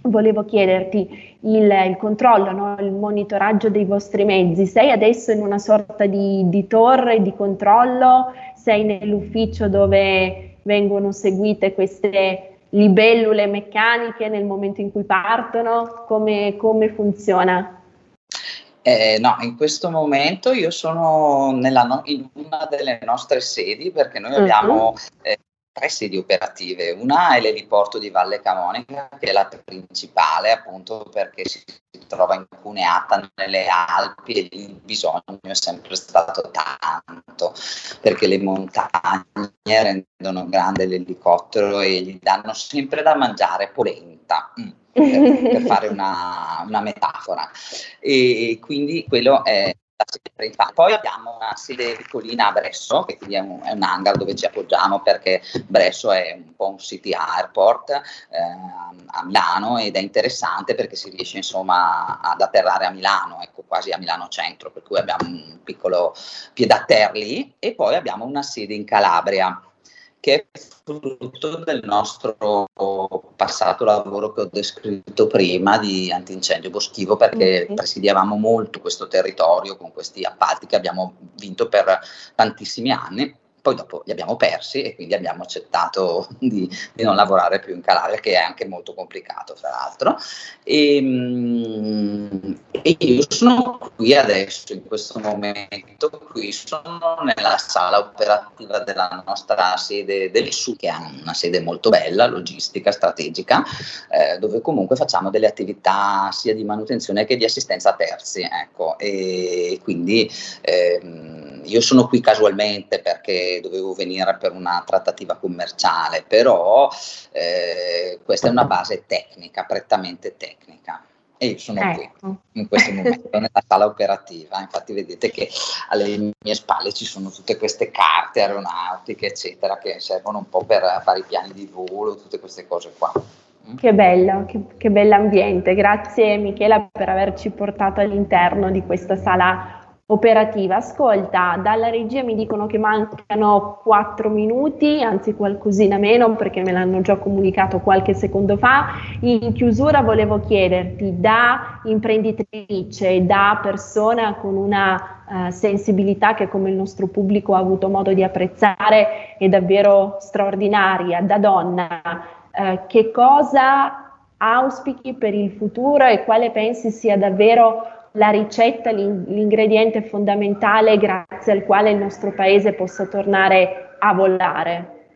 volevo chiederti il, il controllo, no? Il monitoraggio dei vostri mezzi. Sei adesso in una sorta di, di torre di controllo? Sei nell'ufficio dove vengono seguite queste libellule meccaniche nel momento in cui partono? Come, come funziona? Eh, no, in questo momento io sono nella no- in una delle nostre sedi, perché noi abbiamo eh, tre sedi operative. Una è l'eliporto di Valle Camonica, che è la principale, appunto perché si trova incuneata nelle Alpi e il bisogno è sempre stato tanto, perché le montagne rendono grande l'elicottero e gli danno sempre da mangiare polenta. Mm. Per, per fare una, una metafora, e quindi quello è la sede principale. Poi abbiamo una sede piccolina a Bresso, che quindi è un, è un hangar dove ci appoggiamo, perché Bresso è un po' un city airport eh, a Milano, ed è interessante perché si riesce insomma ad atterrare a Milano, ecco, quasi a Milano centro, per cui abbiamo un piccolo pied-à-terre lì. E poi abbiamo una sede in Calabria, che è frutto del nostro passato lavoro che ho descritto prima di antincendio boschivo, perché Mm-hmm. presidiavamo molto questo territorio con questi appalti che abbiamo vinto per tantissimi anni. Poi dopo li abbiamo persi e quindi abbiamo accettato di, di non lavorare più in Calabria, che è anche molto complicato, fra l'altro. E, e io sono qui adesso, in questo momento, qui sono nella sala operativa della nostra sede del Sud, che è una sede molto bella, logistica, strategica, eh, dove comunque facciamo delle attività sia di manutenzione che di assistenza a terzi, ecco. E quindi ehm, io sono qui casualmente perché dovevo venire per una trattativa commerciale, però eh, questa è una base tecnica, prettamente tecnica, e io sono Ecco. qui in questo momento nella sala operativa. Infatti vedete che alle mie spalle ci sono tutte queste carte aeronautiche eccetera, che servono un po' per fare i piani di volo, tutte queste cose qua. Che bello, che, che bell'ambiente. Grazie Michela per averci portato all'interno di questa sala operativa. Ascolta, dalla regia mi dicono che mancano quattro minuti, anzi qualcosina meno, perché me l'hanno già comunicato qualche secondo fa. In chiusura volevo chiederti, da imprenditrice, da persona con una uh, sensibilità che, come il nostro pubblico ha avuto modo di apprezzare, è davvero straordinaria, da donna, uh, che cosa auspichi per il futuro e quale pensi sia davvero la ricetta, l'ingrediente fondamentale grazie al quale il nostro paese possa tornare a volare?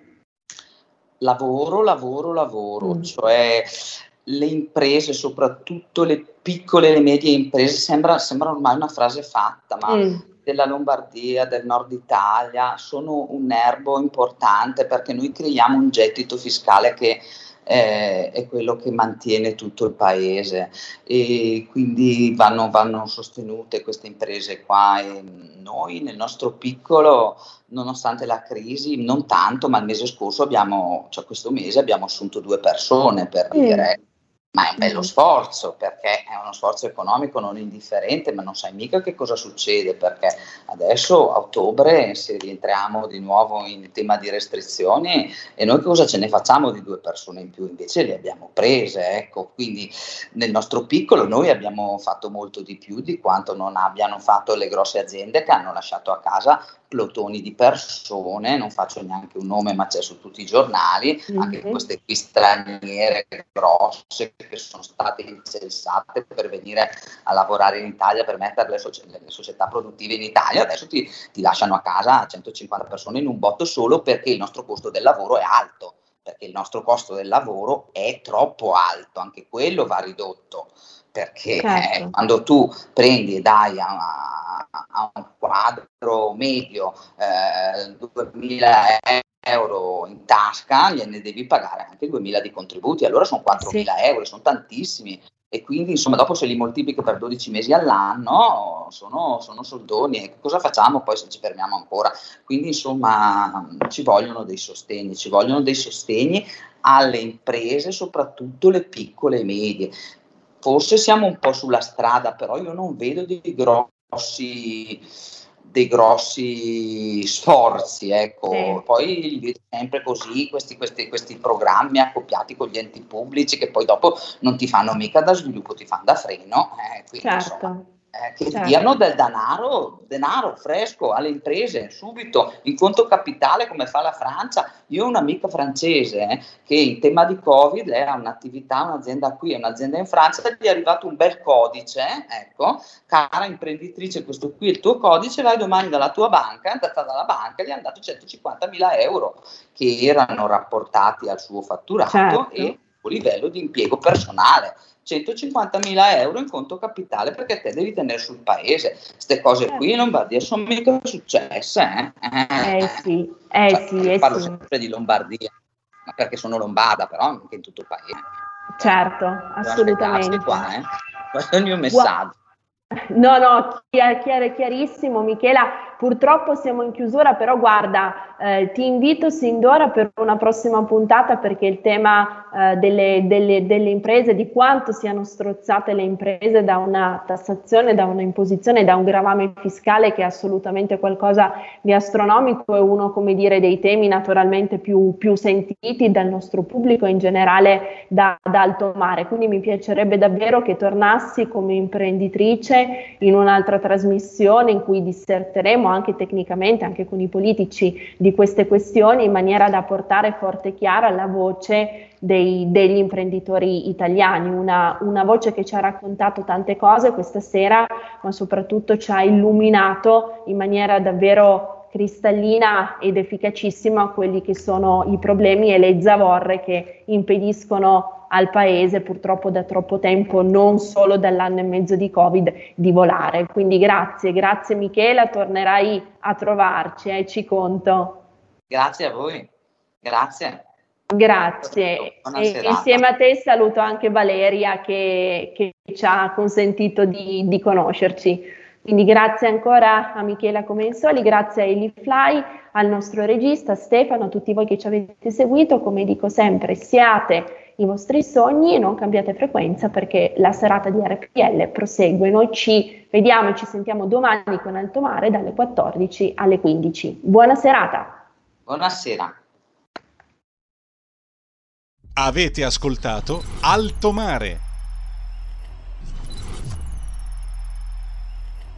Lavoro, lavoro, lavoro, Mm. cioè le imprese, soprattutto le piccole e le medie imprese, sembra, sembra ormai una frase fatta, ma Mm. della Lombardia, del Nord Italia, sono un nervo importante, perché noi creiamo un gettito fiscale che eh, è quello che mantiene tutto il paese, e quindi vanno, vanno sostenute queste imprese qua. E noi nel nostro piccolo, nonostante la crisi, non tanto, ma il mese scorso abbiamo, cioè questo mese abbiamo assunto due persone, per Mm. dire. Ma è un bello Mm. sforzo, perché è uno sforzo economico non indifferente, ma non sai mica che cosa succede, perché adesso a ottobre, se rientriamo di nuovo in tema di restrizioni, e noi cosa ce ne facciamo di due persone in più? Invece le abbiamo prese, ecco. Quindi nel nostro piccolo noi abbiamo fatto molto di più di quanto non abbiano fatto le grosse aziende, che hanno lasciato a casa plotoni di persone. Non faccio neanche un nome, ma c'è su tutti i giornali, Mm-hmm. anche queste qui straniere grosse che sono state incensate per venire a lavorare in Italia, per mettere le, soci- le società produttive in Italia. Adesso ti, ti lasciano a casa centocinquanta persone in un botto, solo perché il nostro costo del lavoro è alto, perché il nostro costo del lavoro è troppo alto, anche quello va ridotto, perché Certo. eh, quando tu prendi e dai a, a un quadro medio eh, duemila euro in tasca, gliene devi pagare anche duemila di contributi, allora sono quattromila Sì. euro, sono tantissimi. E quindi insomma dopo, se li moltiplico per dodici mesi all'anno, sono, sono soldoni. E cosa facciamo poi se ci fermiamo ancora? Quindi insomma ci vogliono dei sostegni, ci vogliono dei sostegni alle imprese, soprattutto le piccole e medie. Forse siamo un po' sulla strada, però io non vedo dei grossi, dei grossi sforzi, ecco. Sì. Poi li vedo sempre così, questi, questi, questi programmi accoppiati con gli enti pubblici che poi dopo non ti fanno mica da sviluppo, ti fanno da freno, eh, quindi, Certo. insomma, eh, che Certo. diano del denaro, denaro fresco alle imprese subito in conto capitale come fa la Francia. Io ho un'amica francese eh, che in tema di Covid lei ha un'attività, un'azienda qui, un'azienda in Francia, gli è arrivato un bel codice, ecco, cara imprenditrice, questo qui è il tuo codice, vai domani dalla tua banca, è andata dalla banca, gli è andato centocinquantamila euro che erano rapportati al suo fatturato Certo. e al livello di impiego personale. centocinquantamila euro in conto capitale perché te devi tenere sul paese. Queste cose qui in Lombardia sono mica successe. Eh, Eh sì, eh cioè, sì, io eh parlo sì. sempre di Lombardia, ma perché sono lombarda, però anche in tutto il paese. Certo, Bisogna assolutamente. spiegarsi qua, eh. Questo è il mio messaggio. No, no, chiar- chiar- chiarissimo Michela, purtroppo siamo in chiusura, però guarda, eh, ti invito sin d'ora per una prossima puntata perché il tema eh, delle, delle, delle imprese, di quanto siano strozzate le imprese da una tassazione, da una imposizione, da un gravame fiscale che è assolutamente qualcosa di astronomico, è uno, come dire, dei temi naturalmente più, più sentiti dal nostro pubblico e in generale da, da Alto Mare, quindi mi piacerebbe davvero che tornassi come imprenditrice in un'altra trasmissione in cui disserteremo anche tecnicamente, anche con i politici, di queste questioni in maniera da portare forte e chiara la voce dei, degli imprenditori italiani, una, una voce che ci ha raccontato tante cose questa sera, ma soprattutto ci ha illuminato in maniera davvero cristallina ed efficacissima quelli che sono i problemi e le zavorre che impediscono al paese purtroppo da troppo tempo, non solo dall'anno e mezzo di Covid, di volare. Quindi grazie, grazie Michela, tornerai a trovarci, eh, ci conto. Grazie a voi, grazie. Grazie. Buona E serata. insieme a te saluto anche Valeria che, che ci ha consentito di, di conoscerci. Quindi grazie ancora a Michela Comensoli, grazie a Elifly, al nostro regista Stefano, a tutti voi che ci avete seguito. Come dico sempre, siate i vostri sogni e non cambiate frequenza perché la serata di R P L prosegue. Noi ci vediamo e ci sentiamo domani con Alto Mare dalle quattordici alle quindici. Buona serata. Buonasera. Avete ascoltato Alto Mare.